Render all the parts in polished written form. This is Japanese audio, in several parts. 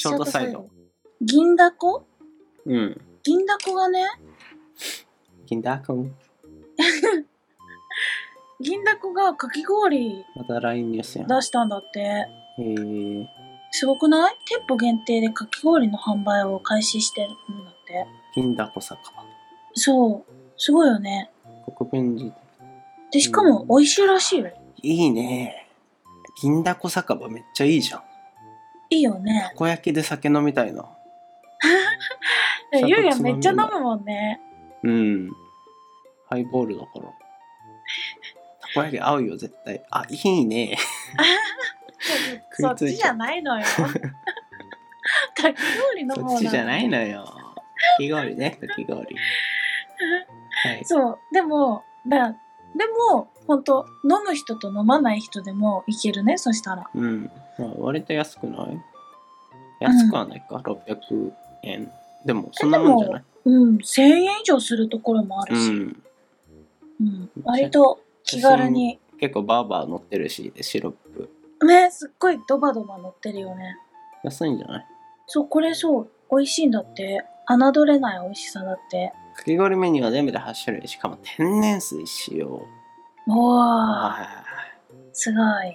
ショートサイド。 銀だこ？ うん。 銀だこがね、 銀だこ。 銀だこがかき氷また LINE ニュースやん。 出したんだって。 へえ。 すごくない？店舗限定でかき氷の販売を開始してるんだって。 銀だこ酒場。 そう。すごいよね。 国分寺。 で、しかも美味しいらしいよ。 いいね。銀だこ酒場めっちゃいいじゃん。 いいよね。 たこ焼きで酒飲みたいな。 ゆうやめっちゃ飲むもんね。 うん。ハイボールだから。たこ焼き合うよ、絶対。あ、いいね。 そっちじゃないのよ。かき氷の方なの。 そっちじゃないのよ。かき氷ね、かき氷。はい、 そう。でも、本当飲む人と飲まない人でもいけるね、そしたら。 うん。まあ、割と安くない？安くはないか、600円。でも、そんなもんじゃない？ うん、1000円以上するところもあるし。うん。割と気軽に。 結構バーバー乗ってるし、シロップ。 ね、すっごいドバドバ乗ってるよね。 安いんじゃない？ そう、これそう、美味しいんだって。侮れない美味しさだって。 かき氷メニューは全部で8種類。しかも天然水使用。 おー。すごい。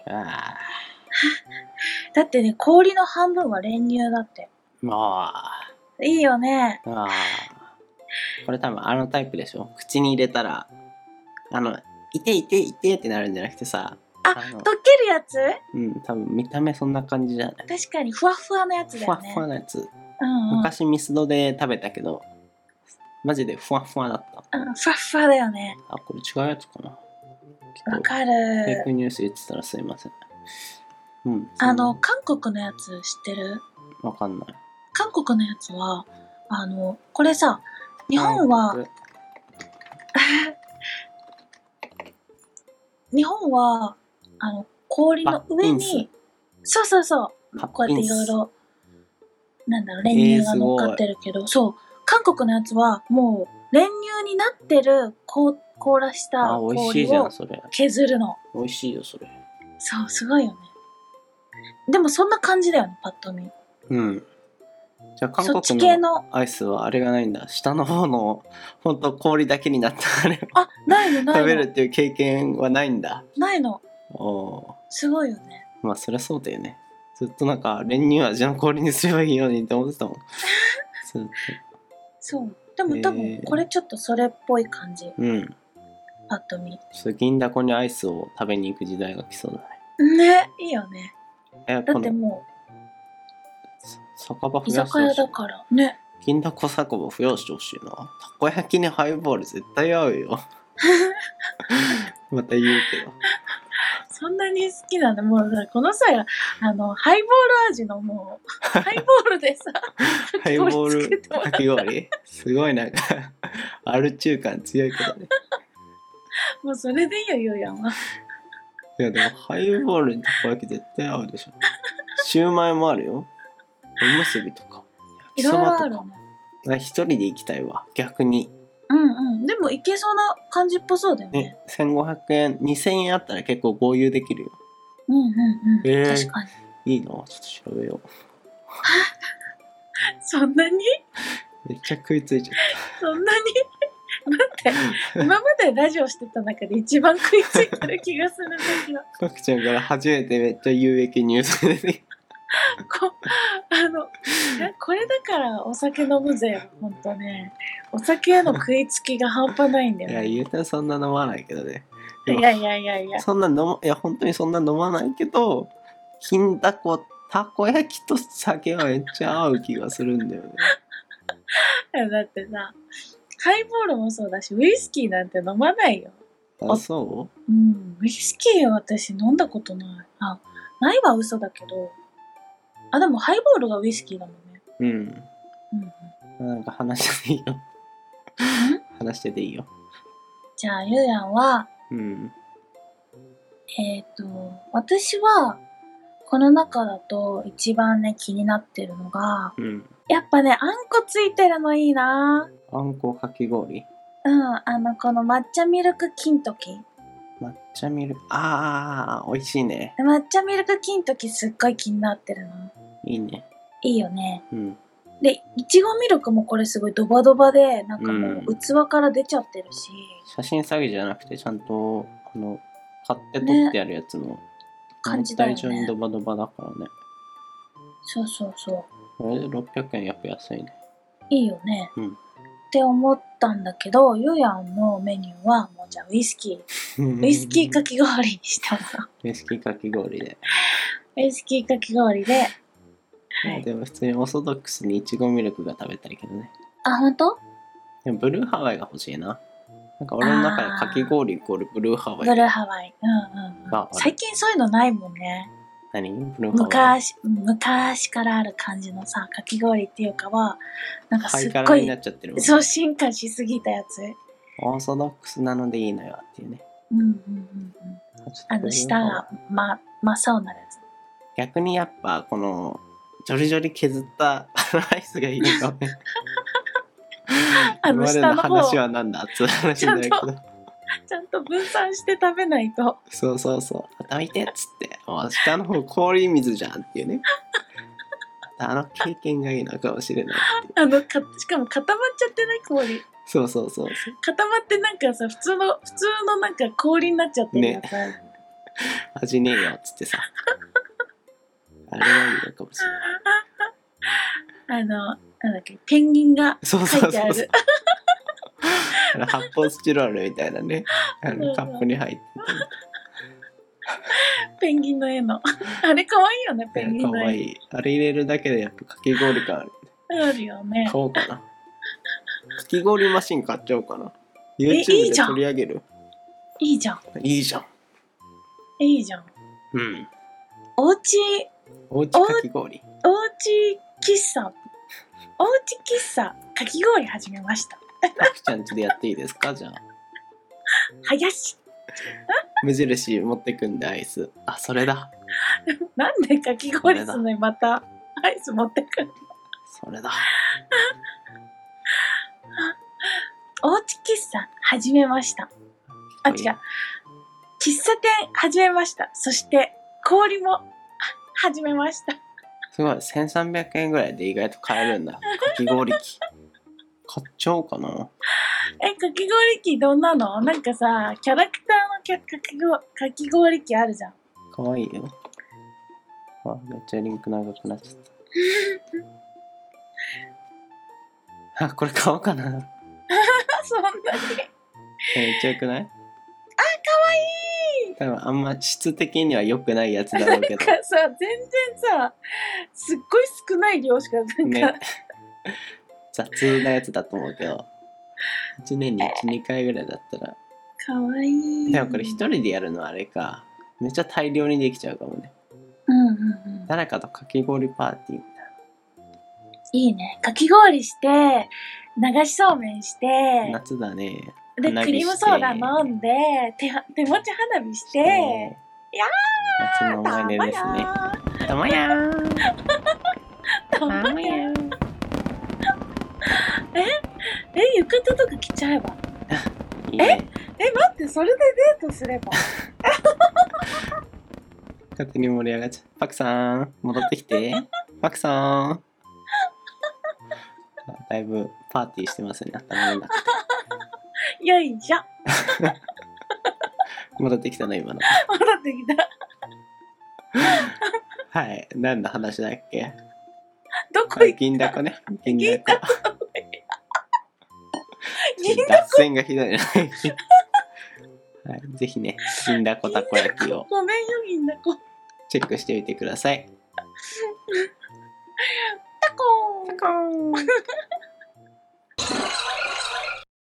だってね、氷の半分は練乳だって。 まあ。 いいよね。 これ多分あのタイプでしょ？口に入れたら、いてってなるんじゃなくてさ。 溶けるやつ？ うん、多分見た目そんな感じじゃない？ 確かにふわふわのやつだよね。 ふわふわのやつ。 うんうん、 昔ミスドで食べたけど、マジでふわふわだった。 うん、ふわふわだよね。 あ、これ違うやつかな。 わかる。 フェイクニュース言ってたらすいません。うん。 韓国のやつ知ってる？ わかんない。 韓国のやつは、これさ、日本は、氷の上に、そう、こうやっていろいろ、練乳が乗っかってるけど、そう、韓国のやつはもう練乳になってる凍らした氷を削るの。 美味しいよ、それ。 そう、すごいよね。でもそんな感じだよね、パッと見。 うん。じゃあ韓国のアイスはあれがないんだ。下の方のほんと氷だけになったあれをないの食べるっていう経験はないんだ。 ないの。 おすごいよね。 まあそりゃそうだよね。ずっとなんか練乳味の氷にすればいいようにって思ってたもん。 そう。でも多分これちょっとそれっぽい感じ。 うん。 パッと見。 銀だこにアイスを食べに行く時代が来そうだね。ね、いいよね。だってもう酒場増やしてほしい。居酒屋だからね。 銀だこ酒場増やしてほしいな。たこ焼きにハイボール絶対合うよ。また言うけど。 そんなに好きなんだ。もうこの際はハイボール味のもうハイボールでさハイボールかき氷すごいなんかアル中感強いけどね。 もうそれでいいよ、ゆうやんは。 いやでもハイボールにたこ焼き絶対合うでしょ。シューマイもあるよ。おむすびとかいろいろあるね。 一人で行きたいわ、逆に。 でもいけそうな感じっぽそうだよね。 1500円2000円あったら結構合流できるよ。 確かにいいな。ちょっと調べよう。 そんなにめっちゃ食いついちゃった。 そんなに待って、今までラジオしてた中で一番食いついてる気がするんだけど。 パクちゃんから初めてめっちゃ有益ニュースでね。 これだからお酒飲むぜ、ほんとね。お酒への食いつきが半端ないんだよね。 いや、言うたらそんな飲まないけどね。 いや。 そんな本当にそんな飲まないけど、金だこ、たこ焼きと酒はめっちゃ合う気がするんだよね。 だってさ、ハイボールもそうだし、ウイスキーなんて飲まないよ。 あ、そう？ ウイスキーは私飲んだことない。ないは嘘だけど。でもハイボールがウイスキーだもんね。 なんか話してていいよ。話してていいよ。 じゃあ、ゆうやんは、私は、この中だと一番ね、気になってるのが、やっぱね、あんこついてるのいいな。 あんこかき氷？ この抹茶ミルク金時。 抹茶ミルク、美味しいね。 抹茶ミルク金時すっごい気になってるの。 いいね。 いいよね。 うん。 で、いちごミルクもこれすごいドバドバで、なんかもう器から出ちゃってるし。 写真詐欺じゃなくて、ちゃんと、買って取ってあるやつの、 感じだよね。 思った以上にドバドバだからね。 そうそうそう。 これで600円やっぱ安いね。 いいよね。 うん。 って思ったんだけど、ゆやんのメニューはもうじゃあウイスキーかき氷にしたの。 ウイスキーかき氷で。 ウイスキーかき氷で。 はい、でも普通にオーソドックスにいちごミルクが食べたいけどね。 あ、ほんと？ でもブルーハワイが欲しいな。なんか俺の中でかき氷イコールブルーハワイ。 ブルーハワイ。最近そういうのないもんね。 何？ブルーハワイ。 昔からある感じのさ、かき氷っていうかは、なんかすっごい、 ハイカラになっちゃってるもんね。 そう、進化しすぎたやつ。 オーソドックスなのでいいのよっていうね。 下が真っ青なやつ。 逆にやっぱこのジョリジョリ削ったアイスがいいのかもね。今までの話はなんだって話だけど。 ちゃんと分散して食べないと。 そうそうそう。頭痛いっつって。下の方氷水じゃんっていうね。経験がいいのかもしれないっていう。 しかも固まっちゃってない氷。 そうそうそう。 固まってなんかさ、普通のなんか氷になっちゃってるやつある。ね、 味ねえよっつってさ。あれがいいのかもしれない。 なんだっけ、ペンギンが書いてある。 発泡スチロールみたいなね。カップに入ってて。 ペンギンの絵の。あれかわいいよね、ペンギンの絵。 かわいい。あれ入れるだけでやっぱかき氷感ある。 あるよね。 買おうかな。かき氷マシン買っちゃおうかな。YouTube で取り上げる？ いいじゃん。 いいじゃん。 いいじゃん。 うん。 おうちかき氷。 おうち喫茶かき氷始めました。 あきちゃんちでやっていいですか？じゃあ。 林。 無印持ってくんでアイス。あ、それだ。 なんでかき氷すんのにまたアイス持ってくるの？ それだ。 おうち喫茶始めました。あ、違う。喫茶店始めました。そして氷も始めました。 すごい。1300円ぐらいで意外と買えるんだ。かき氷機。買っちゃおうかな。 かき氷機どんなの？なんかさ、キャラクターのかき氷機あるじゃん。 かわいいよ。めっちゃリンク長くなっちゃった。あ、これ買おうかな。 そんなに。 めっちゃよくない？ あ、かわいい。 多分あんま質的には良くないやつだろうけど。 なんかさ、全然さ、すっごい少ない量しかなんか、 ね、雑なやつだと思うけど、1年に1、2回ぐらいだったら。 かわいい。 でもこれ一人でやるのはあれか。めっちゃ大量にできちゃうかもね。誰かとかき氷パーティーみたいな。 いいね。かき氷して、流しそうめんして、 夏だね。 で、クリームソーダ飲んで、手持ち花火して、いやー、夏の思い出ですね。たまやー。 たまやー。浴衣とか着ちゃえば。いいね、待って、それでデートすれば。 勝手に盛り上がっちゃう。パクさん、戻ってきて。パクさん。だいぶパーティーしてますね、頭の中で。 よいしょ。 戻ってきたの、今の。 戻ってきた。はい、何の話だっけ？ どこ行った？ 銀だこね。銀だこ。 銀だこ。 脱線がひどいな。はい、ぜひね、銀だこたこ焼きをごめんよ、銀だこ。 チェックしてみてください。 タコー。 タコー。